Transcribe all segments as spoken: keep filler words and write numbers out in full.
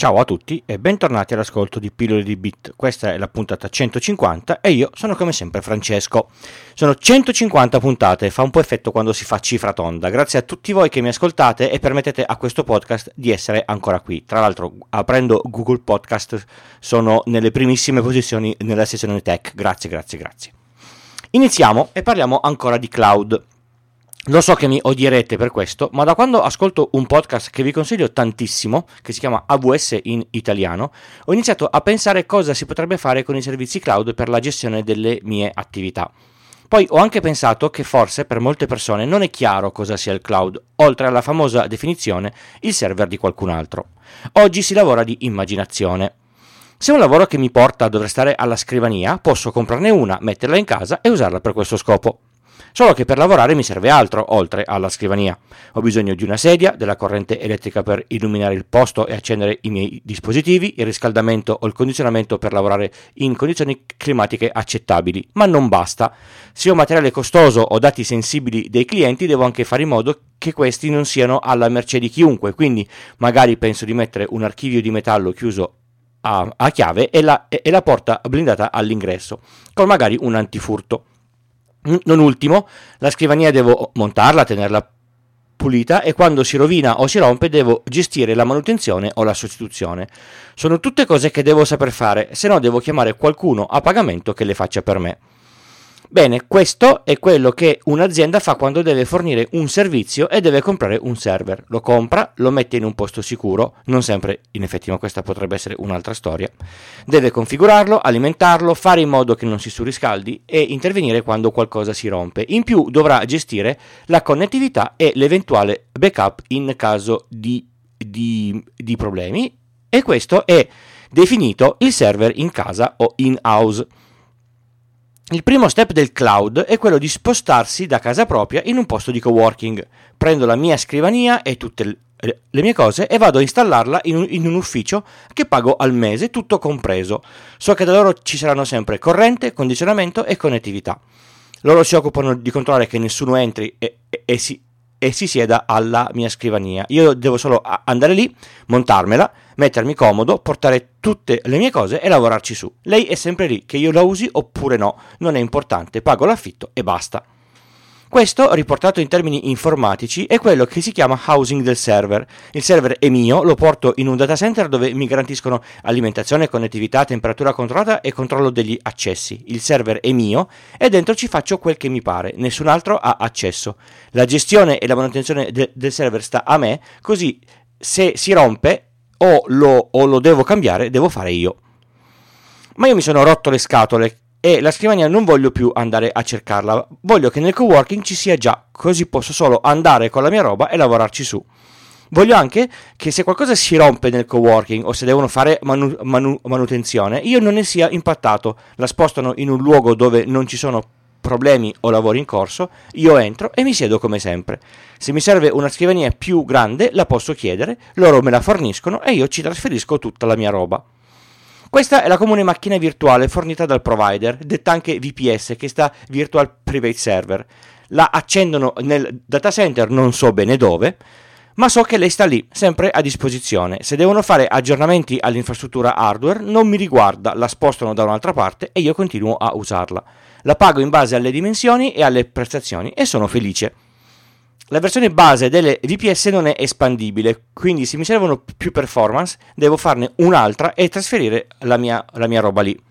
Ciao a tutti e bentornati all'ascolto di Pillole di Bit. Questa è la puntata centocinquanta e io sono come sempre Francesco. Sono centocinquanta puntate, fa un po' effetto quando si fa cifra tonda. Grazie a tutti voi che mi ascoltate e permettete a questo podcast di essere ancora qui. Tra l'altro, aprendo Google Podcast sono nelle primissime posizioni nella sezione tech. Grazie, grazie, grazie. Iniziamo e parliamo ancora di cloud. Lo so che mi odierete per questo, ma da quando ascolto un podcast che vi consiglio tantissimo, che si chiama A W S in italiano, ho iniziato a pensare cosa si potrebbe fare con i servizi cloud per la gestione delle mie attività. Poi ho anche pensato che forse per molte persone non è chiaro cosa sia il cloud, oltre alla famosa definizione il server di qualcun altro. Oggi si lavora di immaginazione. Se è un lavoro che mi porta a dover stare alla scrivania, posso comprarne una, metterla in casa e usarla per questo scopo. Solo che per lavorare mi serve altro, oltre alla scrivania. Ho bisogno di una sedia, della corrente elettrica per illuminare il posto e accendere i miei dispositivi, il riscaldamento o il condizionamento per lavorare in condizioni climatiche accettabili. Ma non basta. Se ho materiale costoso o dati sensibili dei clienti, devo anche fare in modo che questi non siano alla mercé di chiunque. Quindi magari penso di mettere un archivio di metallo chiuso a, a chiave e la, e la porta blindata all'ingresso, con magari un antifurto. Non ultimo, la scrivania devo montarla, tenerla pulita e quando si rovina o si rompe devo gestire la manutenzione o la sostituzione. Sono tutte cose che devo saper fare, se no devo chiamare qualcuno a pagamento che le faccia per me. Bene, questo è quello che un'azienda fa quando deve fornire un servizio e deve comprare un server. Lo compra, lo mette in un posto sicuro, non sempre, in effetti, ma questa potrebbe essere un'altra storia. Deve configurarlo, alimentarlo, fare in modo che non si surriscaldi e intervenire quando qualcosa si rompe. In più dovrà gestire la connettività e l'eventuale backup in caso di, di, di problemi, e questo è definito il server in casa o in-house. Il primo step del cloud è quello di spostarsi da casa propria in un posto di coworking. Prendo la mia scrivania e tutte le mie cose e vado a installarla in un, in un ufficio che pago al mese, tutto compreso. So che da loro ci saranno sempre corrente, condizionamento e connettività. Loro si occupano di controllare che nessuno entri e, e, e, si, e si sieda alla mia scrivania. Io devo solo andare lì, montarmela, mettermi comodo, portare tutte le mie cose e lavorarci su. Lei è sempre lì, che io la usi oppure no, non è importante, pago l'affitto e basta. Questo, riportato in termini informatici, è quello che si chiama housing del server. Il server è mio, lo porto in un data center dove mi garantiscono alimentazione, connettività, temperatura controllata e controllo degli accessi. Il server è mio e dentro ci faccio quel che mi pare, nessun altro ha accesso. La gestione e la manutenzione de- del server sta a me, così se si rompe o lo, o lo devo cambiare, devo fare io. Ma io mi sono rotto le scatole e la scrivania non voglio più andare a cercarla, voglio che nel coworking ci sia già, così posso solo andare con la mia roba e lavorarci su. Voglio anche che se qualcosa si rompe nel coworking o se devono fare manu- manu- manutenzione, io non ne sia impattato, la spostano in un luogo dove non ci sono problemi o lavori in corso, io entro e mi siedo come sempre. Se mi serve una scrivania più grande la posso chiedere, loro me la forniscono e io ci trasferisco tutta la mia roba. Questa è la comune macchina virtuale fornita dal provider, detta anche V P S, che sta Virtual Private Server. La accendono nel data center, non so bene dove, ma so che lei sta lì, sempre a disposizione. Se devono fare aggiornamenti all'infrastruttura hardware, non mi riguarda, la spostano da un'altra parte e io continuo a usarla. La pago in base alle dimensioni e alle prestazioni e sono felice. La versione base delle V P S non è espandibile, quindi se mi servono più performance devo farne un'altra e trasferire la mia, la mia roba lì.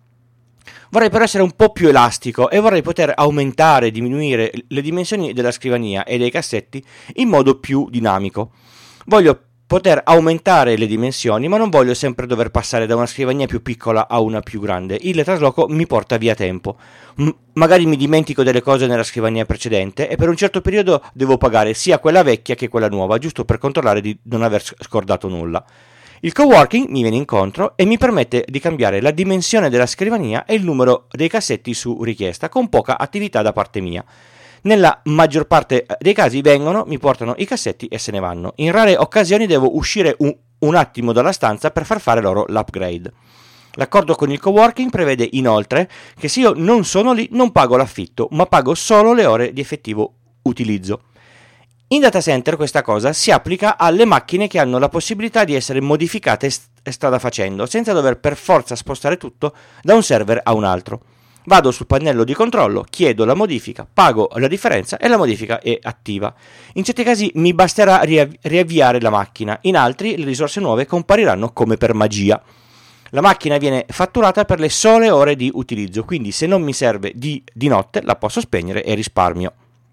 Vorrei però essere un po' più elastico e vorrei poter aumentare e diminuire le dimensioni della scrivania e dei cassetti in modo più dinamico. Voglio poter aumentare le dimensioni, ma non voglio sempre dover passare da una scrivania più piccola a una più grande. Il trasloco mi porta via tempo. M- magari mi dimentico delle cose nella scrivania precedente e per un certo periodo devo pagare sia quella vecchia che quella nuova, giusto per controllare di non aver scordato nulla. Il coworking mi viene incontro e mi permette di cambiare la dimensione della scrivania e il numero dei cassetti su richiesta, con poca attività da parte mia. Nella maggior parte dei casi vengono, mi portano i cassetti e se ne vanno. In rare occasioni devo uscire un, un attimo dalla stanza per far fare loro l'upgrade. L'accordo con il coworking prevede inoltre che se io non sono lì non pago l'affitto, ma pago solo le ore di effettivo utilizzo. In data center questa cosa si applica alle macchine che hanno la possibilità di essere modificate strada facendo, senza dover per forza spostare tutto da un server a un altro. Vado sul pannello di controllo, chiedo la modifica, pago la differenza e la modifica è attiva. In certi casi mi basterà riav- riavviare la macchina, in altri le risorse nuove compariranno come per magia. La macchina viene fatturata per le sole ore di utilizzo, quindi se non mi serve di, di notte la posso spegnere e risparmio.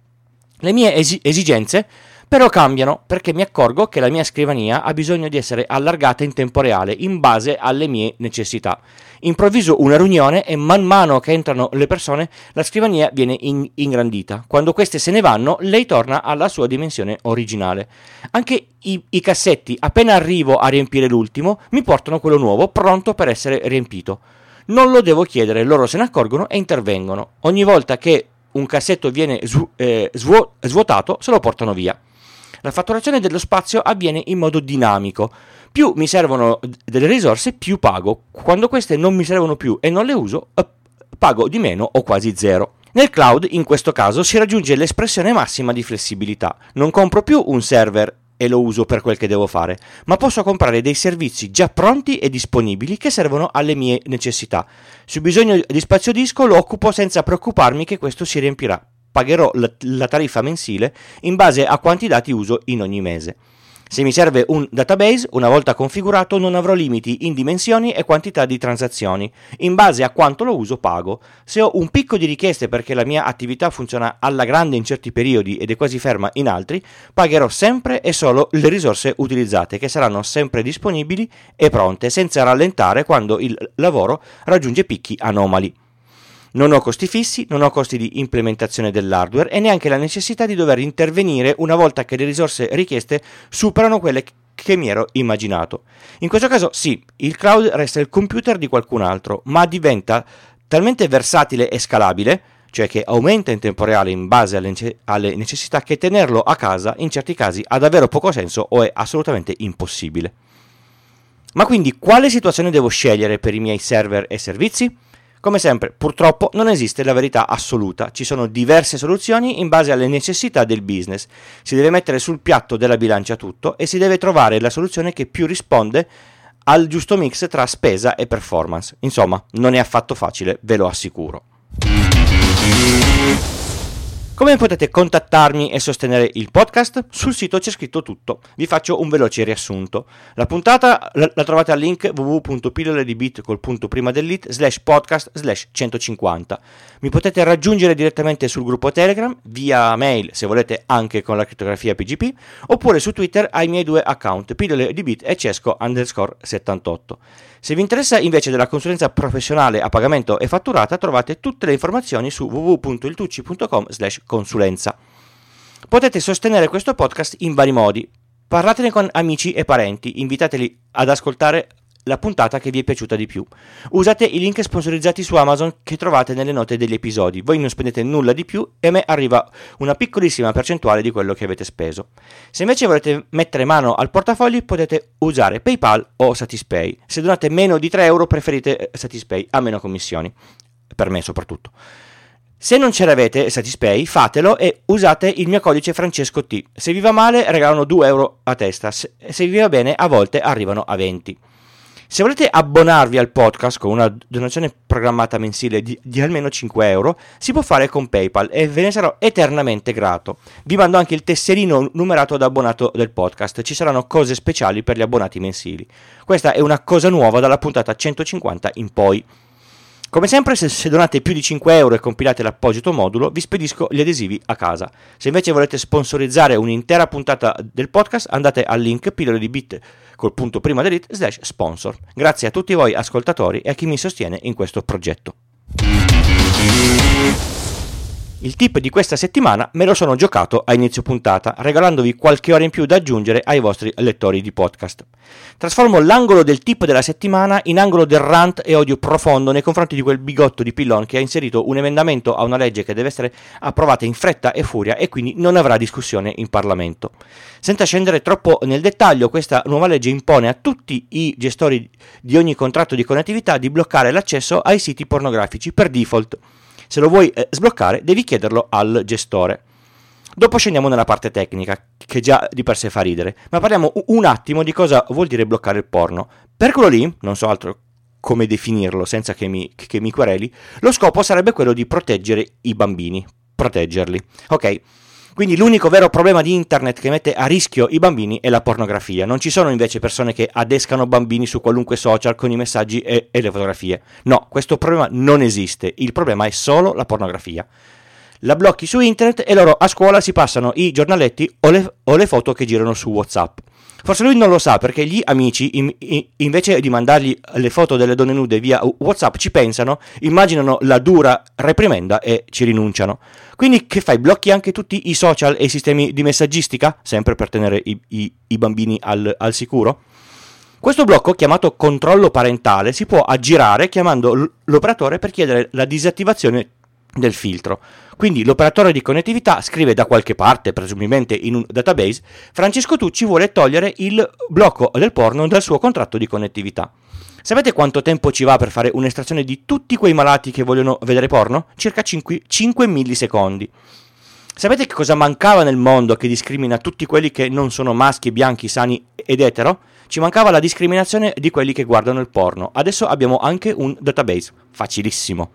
Le mie esi- esigenze però cambiano perché mi accorgo che la mia scrivania ha bisogno di essere allargata in tempo reale in base alle mie necessità. Improvviso una riunione e man mano che entrano le persone la scrivania viene in- ingrandita. Quando queste se ne vanno lei torna alla sua dimensione originale. Anche i-, i cassetti, appena arrivo a riempire l'ultimo, mi portano quello nuovo pronto per essere riempito. Non lo devo chiedere, loro se ne accorgono e intervengono. Ogni volta che un cassetto viene svu- eh, svu- svuotato se lo portano via. La fatturazione dello spazio avviene in modo dinamico. Più mi servono delle risorse, più pago. Quando queste non mi servono più e non le uso, pago di meno o quasi zero. Nel cloud, in questo caso, si raggiunge l'espressione massima di flessibilità. Non compro più un server e lo uso per quel che devo fare, ma posso comprare dei servizi già pronti e disponibili che servono alle mie necessità. Se ho bisogno di spazio disco lo occupo senza preoccuparmi che questo si riempirà. Pagherò la, la tariffa mensile in base a quanti dati uso in ogni mese. Se mi serve un database, una volta configurato non avrò limiti in dimensioni e quantità di transazioni. In base a quanto lo uso pago. Se ho un picco di richieste perché la mia attività funziona alla grande in certi periodi ed è quasi ferma in altri, pagherò sempre e solo le risorse utilizzate, che saranno sempre disponibili e pronte, senza rallentare quando il lavoro raggiunge picchi anomali. Non ho costi fissi, non ho costi di implementazione dell'hardware e neanche la necessità di dover intervenire una volta che le risorse richieste superano quelle che mi ero immaginato. In questo caso sì, il cloud resta il computer di qualcun altro, ma diventa talmente versatile e scalabile, cioè che aumenta in tempo reale in base alle necessità, che tenerlo a casa in certi casi ha davvero poco senso o è assolutamente impossibile. Ma quindi quale situazione devo scegliere per i miei server e servizi? Come sempre, purtroppo non esiste la verità assoluta, ci sono diverse soluzioni in base alle necessità del business, si deve mettere sul piatto della bilancia tutto e si deve trovare la soluzione che più risponde al giusto mix tra spesa e performance. Insomma, non è affatto facile, ve lo assicuro. Come potete contattarmi e sostenere il podcast? Sul sito c'è scritto tutto, vi faccio un veloce riassunto. La puntata la, la trovate al link w w w punto pillole di bit col punto prima dell'it slash podcast slash centocinquanta. Mi potete raggiungere direttamente sul gruppo Telegram, via mail se volete anche con la crittografia P G P, oppure su Twitter ai miei due account, pillole di bit e cesco underscore settantotto. Se vi interessa invece della consulenza professionale a pagamento e fatturata, trovate tutte le informazioni su w w w punto il tucci punto com slash consulenza. Potete sostenere questo podcast in vari modi. Parlatene con amici e parenti, invitateli ad ascoltare la puntata che vi è piaciuta di più. Usate i link sponsorizzati su Amazon che trovate nelle note degli episodi. Voi non spendete nulla di più e a me arriva una piccolissima percentuale di quello che avete speso. Se invece volete mettere mano al portafogli potete usare PayPal o Satispay. Se donate meno di tre euro preferite Satispay, a meno commissioni, per me soprattutto. Se non ce l'avete Satispay, fatelo e usate il mio codice Francesco T. Se vi va male regalano due euro a testa, se vi va bene a volte arrivano a venti. Se volete abbonarvi al podcast con una donazione programmata mensile di, di almeno cinque euro, si può fare con PayPal e ve ne sarò eternamente grato. Vi mando anche il tesserino numerato da abbonato del podcast, ci saranno cose speciali per gli abbonati mensili. Questa è una cosa nuova dalla puntata centocinquanta in poi. Come sempre, se, se donate più di cinque euro e compilate l'apposito modulo, vi spedisco gli adesivi a casa. Se invece volete sponsorizzare un'intera puntata del podcast, andate al link pillole di bit col punto prima dell'it slash sponsor. Grazie a tutti voi ascoltatori e a chi mi sostiene in questo progetto. Il tip di questa settimana me lo sono giocato a inizio puntata, regalandovi qualche ora in più da aggiungere ai vostri lettori di podcast. Trasformo l'angolo del tip della settimana in angolo del rant e odio profondo nei confronti di quel bigotto di Pillon che ha inserito un emendamento a una legge che deve essere approvata in fretta e furia e quindi non avrà discussione in Parlamento. Senza scendere troppo nel dettaglio, questa nuova legge impone a tutti i gestori di ogni contratto di connettività di bloccare l'accesso ai siti pornografici per default. Se lo vuoi eh, sbloccare, devi chiederlo al gestore. Dopo scendiamo nella parte tecnica, che già di per sé fa ridere, ma parliamo un attimo di cosa vuol dire bloccare il porno. Per quello lì, non so altro come definirlo senza che mi, che mi quereli, lo scopo sarebbe quello di proteggere i bambini, proteggerli. Ok, quindi l'unico vero problema di internet che mette a rischio i bambini è la pornografia. Non ci sono invece persone che adescano bambini su qualunque social con i messaggi e, e le fotografie. No, questo problema non esiste, il problema è solo la pornografia. La blocchi su internet e loro a scuola si passano i giornaletti o le, o le foto che girano su WhatsApp. Forse lui non lo sa perché gli amici, in, in, invece di mandargli le foto delle donne nude via WhatsApp, ci pensano, immaginano la dura reprimenda e ci rinunciano. Quindi che fai? Blocchi anche tutti i social e i sistemi di messaggistica? Sempre per tenere i, i, i bambini al, al sicuro? Questo blocco, chiamato controllo parentale, si può aggirare chiamando l'operatore per chiedere la disattivazione del filtro. Quindi l'operatore di connettività scrive da qualche parte, presumibilmente in un database: Francesco Tucci vuole togliere il blocco del porno dal suo contratto di connettività. Sapete quanto tempo ci va per fare un'estrazione di tutti quei malati che vogliono vedere porno? Circa cinque millisecondi. Sapete che cosa mancava nel mondo che discrimina tutti quelli che non sono maschi, bianchi, sani ed etero? Ci mancava la discriminazione di quelli che guardano il porno. Adesso abbiamo anche un database. Facilissimo.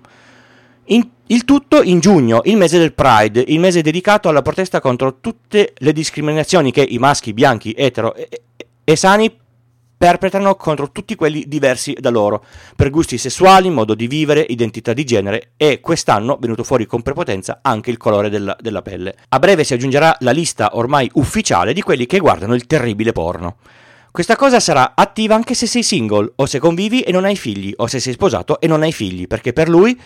In, il tutto in giugno, il mese del Pride, il mese dedicato alla protesta contro tutte le discriminazioni che i maschi, bianchi, etero e, e, e sani perpetrano contro tutti quelli diversi da loro, per gusti sessuali, modo di vivere, identità di genere, e quest'anno, venuto fuori con prepotenza, anche il colore della, della pelle. A breve si aggiungerà la lista ormai ufficiale di quelli che guardano il terribile porno. Questa cosa sarà attiva anche se sei single, o se convivi e non hai figli, o se sei sposato e non hai figli, perché per lui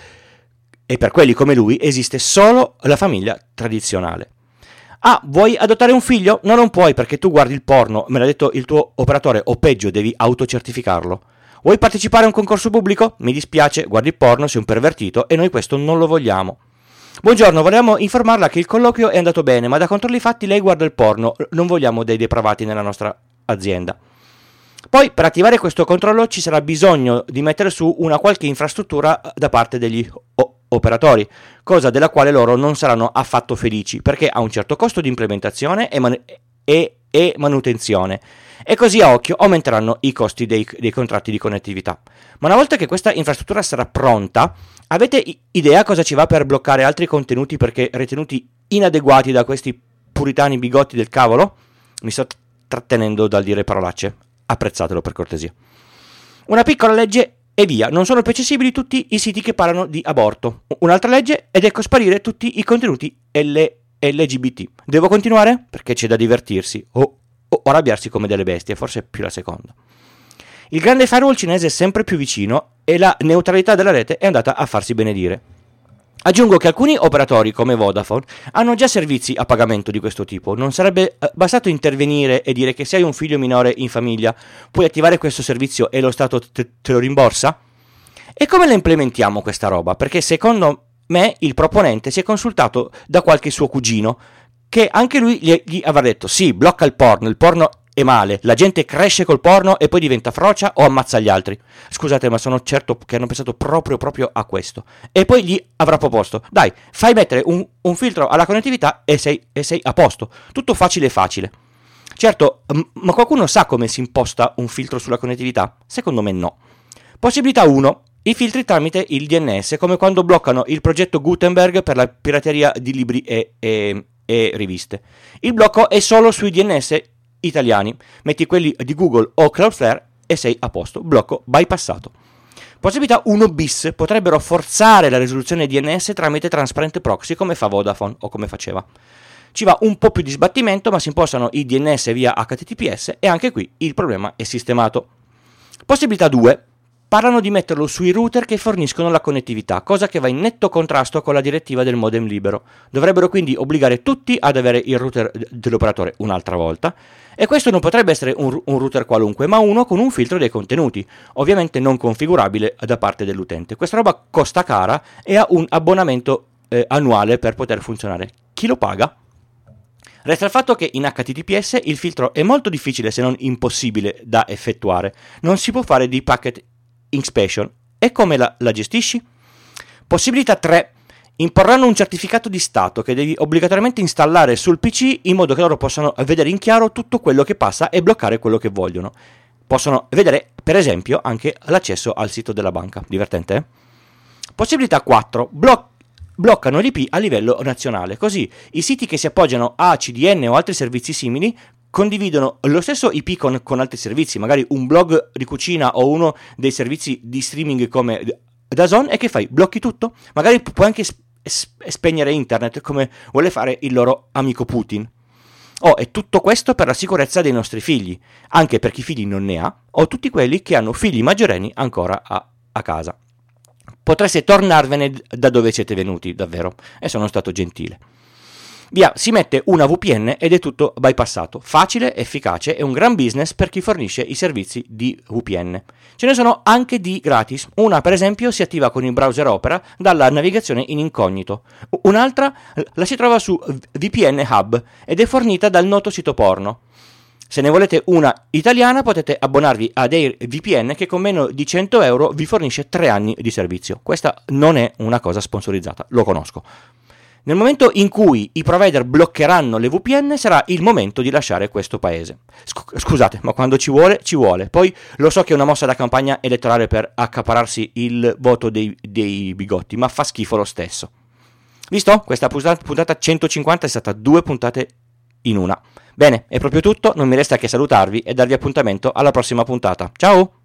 e per quelli come lui esiste solo la famiglia tradizionale. Ah, vuoi adottare un figlio? No, non puoi perché tu guardi il porno, me l'ha detto il tuo operatore, o peggio, devi autocertificarlo. Vuoi partecipare a un concorso pubblico? Mi dispiace, guardi il porno, sei un pervertito e noi questo non lo vogliamo. Buongiorno, volevamo informarla che il colloquio è andato bene, ma da controlli fatti lei guarda il porno, non vogliamo dei depravati nella nostra azienda. Poi, per attivare questo controllo ci sarà bisogno di mettere su una qualche infrastruttura da parte degli o- operatori, cosa della quale loro non saranno affatto felici, perché ha un certo costo di implementazione e, man- e-, e manutenzione, e così a occhio aumenteranno i costi dei, dei contratti di connettività. Ma una volta che questa infrastruttura sarà pronta, avete idea cosa ci va per bloccare altri contenuti perché ritenuti inadeguati da questi puritani bigotti del cavolo? Mi sto trattenendo dal dire parolacce, apprezzatelo per cortesia. Una piccola legge e via, non sono più accessibili tutti i siti che parlano di aborto. Un'altra legge ed ecco sparire tutti i contenuti L G B T. Devo continuare? Perché c'è da divertirsi o, o arrabbiarsi come delle bestie, forse più la seconda. Il grande firewall cinese è sempre più vicino e la neutralità della rete è andata a farsi benedire. Aggiungo che alcuni operatori come Vodafone hanno già servizi a pagamento di questo tipo. Non sarebbe bastato intervenire e dire che se hai un figlio minore in famiglia puoi attivare questo servizio e lo Stato te, te lo rimborsa? E come la implementiamo questa roba? Perché secondo me il proponente si è consultato da qualche suo cugino che anche lui gli, gli avrà detto sì, blocca il porno, il porno è male, la gente cresce col porno e poi diventa frocia o ammazza gli altri. Scusate, ma sono certo che hanno pensato proprio proprio a questo. E poi gli avrà proposto, dai, fai mettere un, un filtro alla connettività e sei, e sei a posto. Tutto facile facile. Certo, m- ma qualcuno sa come si imposta un filtro sulla connettività? Secondo me no. Possibilità uno. I filtri tramite il D N S, come quando bloccano il progetto Gutenberg per la pirateria di libri e, e, e riviste. Il blocco è solo sui D N S italiani, metti quelli di Google o Cloudflare e sei a posto, blocco bypassato. Possibilità uno bis, potrebbero forzare la risoluzione D N S tramite Transparent Proxy come fa Vodafone o come faceva. Ci va un po' più di sbattimento, ma si impostano i D N S via H T T P S e anche qui il problema è sistemato. Possibilità due, parlano di metterlo sui router che forniscono la connettività, cosa che va in netto contrasto con la direttiva del modem libero. Dovrebbero quindi obbligare tutti ad avere il router dell'operatore un'altra volta, e questo non potrebbe essere un, un router qualunque, ma uno con un filtro dei contenuti, ovviamente non configurabile da parte dell'utente. Questa roba costa cara e ha un abbonamento eh, annuale per poter funzionare. Chi lo paga? Resta il fatto che in H T T P S il filtro è molto difficile se non impossibile da effettuare. Non si può fare di packet inspection. E come la, la gestisci? Possibilità tre. Imporranno un certificato di stato che devi obbligatoriamente installare sul P C in modo che loro possano vedere in chiaro tutto quello che passa e bloccare quello che vogliono. Possono vedere, per esempio, anche l'accesso al sito della banca. Divertente, eh? Possibilità quattro. Bloc- bloccano l'I P a livello nazionale. Così i siti che si appoggiano a C D N o altri servizi simili condividono lo stesso I P con, con altri servizi, magari un blog di cucina o uno dei servizi di streaming come DAZN, e che fai? Blocchi tutto? Magari puoi anche sp- spegnere internet come vuole fare il loro amico Putin. Oh, e tutto questo per la sicurezza dei nostri figli, anche per chi figli non ne ha, o tutti quelli che hanno figli maggiorenni ancora a, a casa. Potreste tornarvene da dove siete venuti, davvero, e sono stato gentile. Via, si mette una V P N ed è tutto bypassato. Facile, efficace e un gran business per chi fornisce i servizi di V P N. Ce ne sono anche di gratis. Una, per esempio, si attiva con il browser Opera dalla navigazione in incognito. Un'altra la si trova su V P N Hub ed è fornita dal noto sito porno. Se ne volete una italiana potete abbonarvi ad Air V P N che con meno di cento euro vi fornisce tre anni di servizio. Questa non è una cosa sponsorizzata, lo conosco. Nel momento in cui i provider bloccheranno le V P N sarà il momento di lasciare questo paese. Scusate, ma quando ci vuole, ci vuole. Poi lo so che è una mossa da campagna elettorale per accapararsi il voto dei, dei bigotti, ma fa schifo lo stesso. Visto? Questa puntata centocinquanta è stata due puntate in una. Bene, è proprio tutto, non mi resta che salutarvi e darvi appuntamento alla prossima puntata. Ciao!